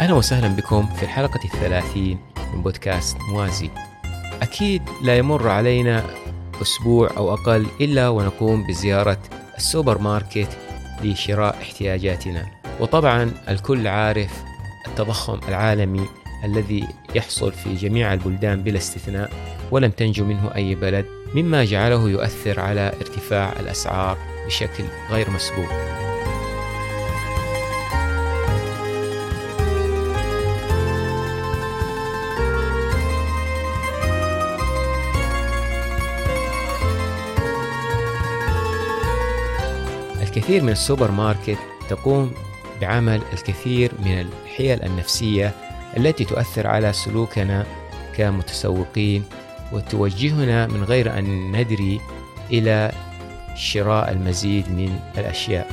أهلا وسهلا بكم في الحلقة 30 من بودكاست موازي. أكيد لا يمر علينا أسبوع أو أقل إلا ونقوم بزيارة السوبر ماركت لشراء احتياجاتنا، وطبعا الكل عارف التضخم العالمي الذي يحصل في جميع البلدان بلا استثناء، ولم تنجو منه أي بلد، مما جعله يؤثر على ارتفاع الأسعار بشكل غير مسبوق. الكثير من السوبر ماركت تقوم بعمل الكثير من الحيل النفسية التي تؤثر على سلوكنا كمتسوقين، وتوجهنا من غير أن ندري إلى شراء المزيد من الأشياء.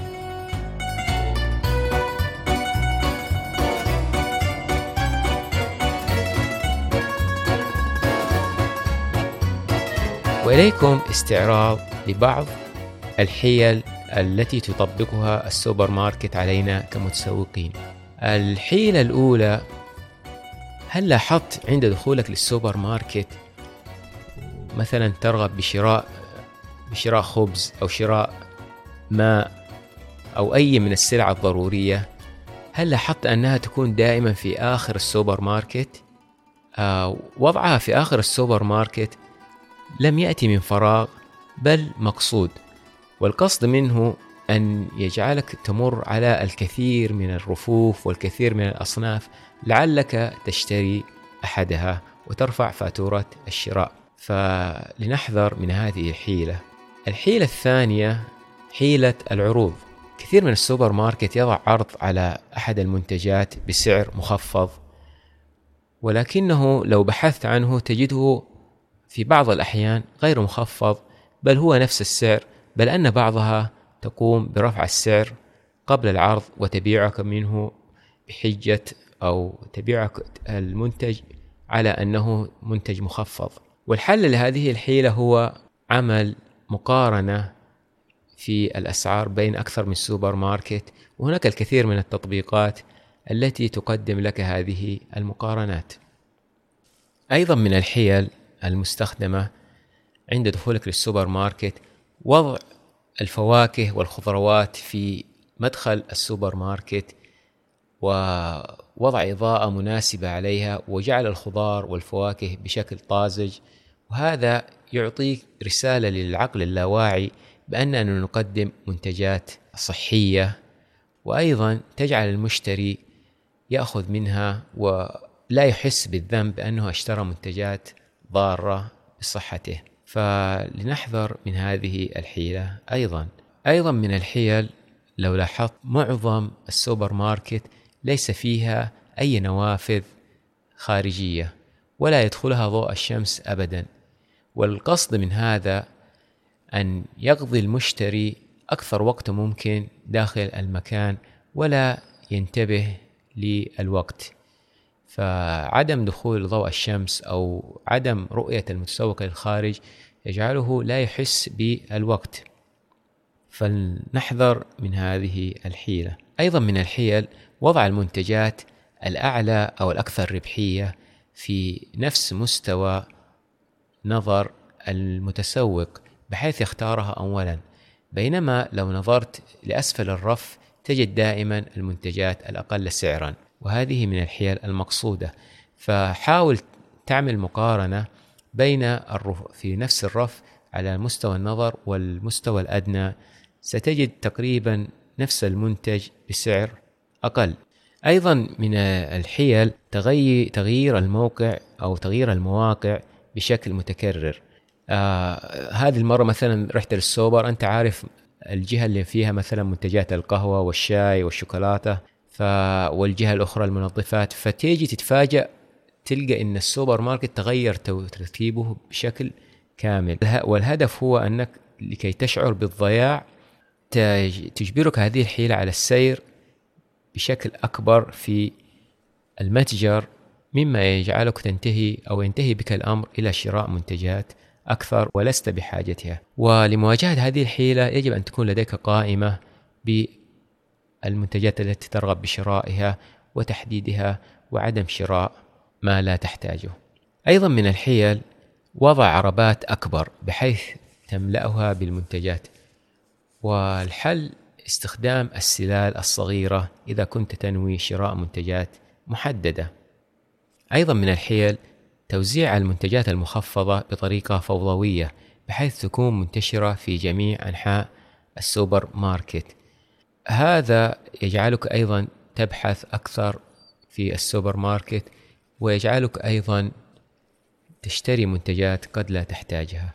وإليكم استعراض لبعض الحيل التي تطبقها السوبر ماركت علينا كمتسوقين. الحيلة الأولى: هل لاحظت عند دخولك للسوبر ماركت مثلا ترغب بشراء خبز أو شراء ماء أو أي من السلع الضرورية، هل لاحظت أنها تكون دائما في آخر السوبر ماركت؟ وضعها في آخر السوبر ماركت لم يأتي من فراغ، بل مقصود، والقصد منه أن يجعلك تمر على الكثير من الرفوف والكثير من الأصناف لعلك تشتري أحدها وترفع فاتورة الشراء. فلنحذر من هذه الحيلة. الحيلة الثانية حيلة العروض. كثير من السوبر ماركت يضع عرض على أحد المنتجات بسعر مخفض، ولكنه لو بحثت عنه تجده في بعض الأحيان غير مخفض، بل هو نفس السعر، بل أن بعضها تقوم برفع السعر قبل العرض وتبيعك منه بحجة أو تبيعك المنتج على أنه منتج مخفض. والحل لهذه الحيلة هو عمل مقارنة في الأسعار بين أكثر من سوبر ماركت، وهناك الكثير من التطبيقات التي تقدم لك هذه المقارنات. أيضا من الحيل المستخدمة عند دخولك للسوبر ماركت وضع الفواكه والخضروات في مدخل السوبر ماركت، ووضع إضاءة مناسبة عليها، وجعل الخضار والفواكه بشكل طازج، وهذا يعطيك رسالة للعقل اللاواعي بأننا نقدم منتجات صحية، وأيضا تجعل المشتري يأخذ منها ولا يحس بالذنب بأنه اشترى منتجات ضارة بصحته. فلنحذر من هذه الحيلة. أيضا من الحيل، لو لاحظت معظم السوبر ماركت ليس فيها أي نوافذ خارجية ولا يدخلها ضوء الشمس أبدا، والقصد من هذا أن يقضي المشتري أكثر وقت ممكن داخل المكان ولا ينتبه للوقت. فعدم دخول ضوء الشمس أو عدم رؤية المتسوق للخارج يجعله لا يحس بالوقت، فلنحذر من هذه الحيلة. أيضا من الحيل وضع المنتجات الأعلى أو الأكثر ربحية في نفس مستوى نظر المتسوق بحيث يختارها أولا، بينما لو نظرت لأسفل الرف تجد دائما المنتجات الأقل سعرا، وهذه من الحيل المقصودة. فحاول تعمل مقارنة بين في نفس الرف على مستوى النظر والمستوى الأدنى، ستجد تقريبا نفس المنتج بسعر أقل. أيضا من الحيل تغيير الموقع أو تغيير المواقع بشكل متكرر. هذه المرة مثلا رحت للسوبر، أنت عارف الجهة اللي فيها مثلا منتجات القهوة والشاي والشوكولاتة، والجهة الأخرى المنظفات، فتيجي تتفاجأ تلقى إن السوبر ماركت تغير ترتيبه بشكل كامل. والهدف هو أنك لكي تشعر بالضياع تجبرك هذه الحيلة على السير بشكل أكبر في المتجر، مما يجعلك ينتهي بك الأمر إلى شراء منتجات أكثر ولست بحاجتها. ولمواجهة هذه الحيلة يجب أن تكون لديك قائمة بالمنتجات التي ترغب بشرائها، وتحديدها وعدم شراء ما لا تحتاجه. أيضا من الحيل وضع عربات أكبر بحيث تملأها بالمنتجات، والحل استخدام السلال الصغيرة إذا كنت تنوي شراء منتجات محددة. أيضا من الحيل توزيع المنتجات المخفضة بطريقة فوضوية بحيث تكون منتشرة في جميع أنحاء السوبر ماركت. هذا يجعلك أيضا تبحث أكثر في السوبر ماركت، ويجعلك أيضا تشتري منتجات قد لا تحتاجها.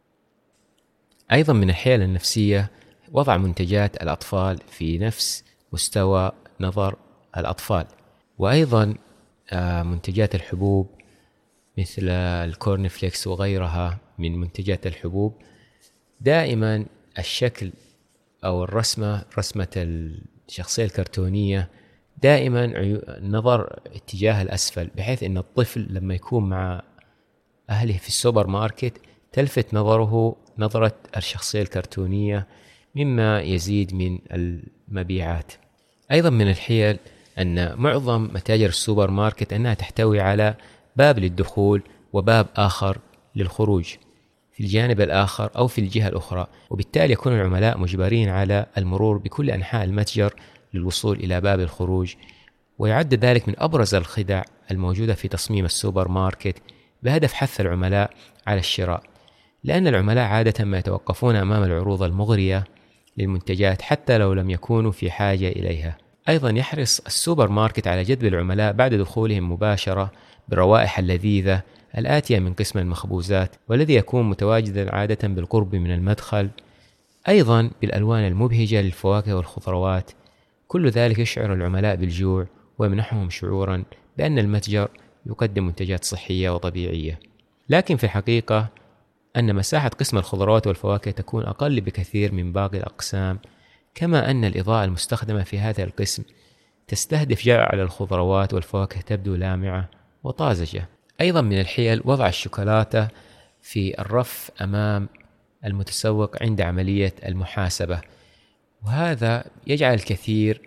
أيضا من الحيل النفسية وضع منتجات الأطفال في نفس مستوى نظر الأطفال. وأيضا منتجات الحبوب مثل الكورنفليكس وغيرها من منتجات الحبوب، دائما الشكل أو رسمة الشخصية الكرتونية دائما النظر اتجاه الأسفل، بحيث أن الطفل لما يكون مع أهله في السوبر ماركت تلفت نظره نظرة الشخصية الكرتونية، مما يزيد من المبيعات. أيضا من الحيل أن معظم متاجر السوبر ماركت أنها تحتوي على باب للدخول وباب آخر للخروج في الجانب الآخر أو في الجهة الأخرى، وبالتالي يكون العملاء مجبرين على المرور بكل أنحاء المتجر للوصول إلى باب الخروج. ويعد ذلك من أبرز الخدع الموجودة في تصميم السوبر ماركت بهدف حث العملاء على الشراء، لأن العملاء عادة ما يتوقفون أمام العروض المغرية للمنتجات حتى لو لم يكونوا في حاجة إليها. أيضا يحرص السوبر ماركت على جذب العملاء بعد دخولهم مباشرة بالروائح اللذيذة الآتية من قسم المخبوزات، والذي يكون متواجدا عادة بالقرب من المدخل. أيضا بالألوان المبهجة للفواكه والخضروات. كل ذلك يشعر العملاء بالجوع ويمنحهم شعورا بأن المتجر يقدم منتجات صحية وطبيعية. لكن في الحقيقة أن مساحة قسم الخضروات والفواكه تكون أقل بكثير من باقي الأقسام، كما أن الإضاءة المستخدمة في هذا القسم تستهدف جعل الخضروات والفواكه تبدو لامعة وطازجة. أيضا من الحيل وضع الشوكولاتة في الرف أمام المتسوق عند عملية المحاسبة، وهذا يجعل الكثير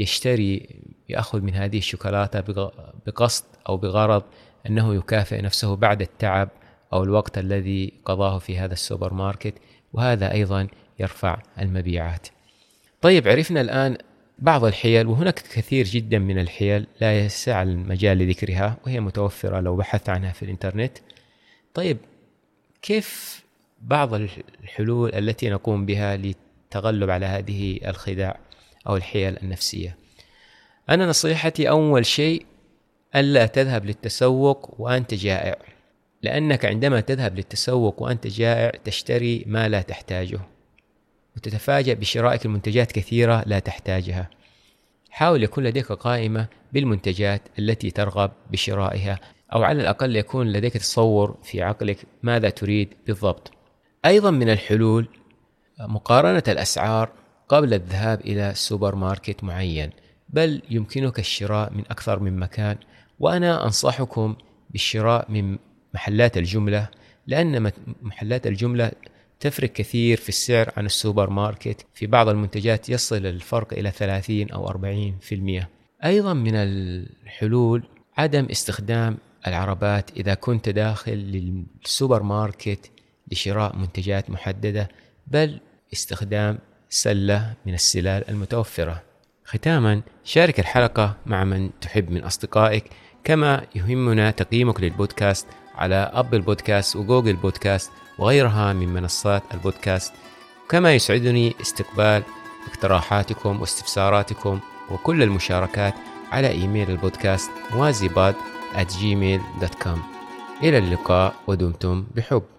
يأخذ من هذه الشوكولاتة بقصد أو بغرض أنه يكافئ نفسه بعد التعب أو الوقت الذي قضاه في هذا السوبر ماركت، وهذا أيضا يرفع المبيعات. طيب، عرفنا الآن بعض الحيل، وهناك كثير جدا من الحيل لا يسع المجال لذكرها، وهي متوفرة لو بحثت عنها في الإنترنت. طيب، كيف بعض الحلول التي نقوم بها للتغلب على هذه الخداع أو الحيل النفسية؟ أنا نصيحتي أول شيء ألا تذهب للتسوق وأنت جائع، لأنك عندما تذهب للتسوق وأنت جائع تشتري ما لا تحتاجه وتتفاجأ بشرائك المنتجات كثيرة لا تحتاجها. حاول يكون لديك قائمة بالمنتجات التي ترغب بشرائها، أو على الأقل يكون لديك تصور في عقلك ماذا تريد بالضبط. أيضا من الحلول مقارنة الأسعار قبل الذهاب إلى سوبر ماركت معين، بل يمكنك الشراء من أكثر من مكان. وأنا أنصحكم بالشراء من محلات الجملة، لأن محلات الجملة تفرق كثير في السعر عن السوبر ماركت. في بعض المنتجات يصل الفرق إلى 30 أو 40%. أيضا من الحلول عدم استخدام العربات إذا كنت داخل للسوبر ماركت لشراء منتجات محددة، بل استخدام سلة من السلال المتوفرة. ختاما، شارك الحلقة مع من تحب من أصدقائك، كما يهمنا تقييمك للبودكاست على أبل بودكاست وجوجل بودكاست وغيرها من منصات البودكاست. كما يسعدني استقبال اقتراحاتكم واستفساراتكم وكل المشاركات على إيميل البودكاست موازيباد@gmail.com. إلى اللقاء ودمتم بحب.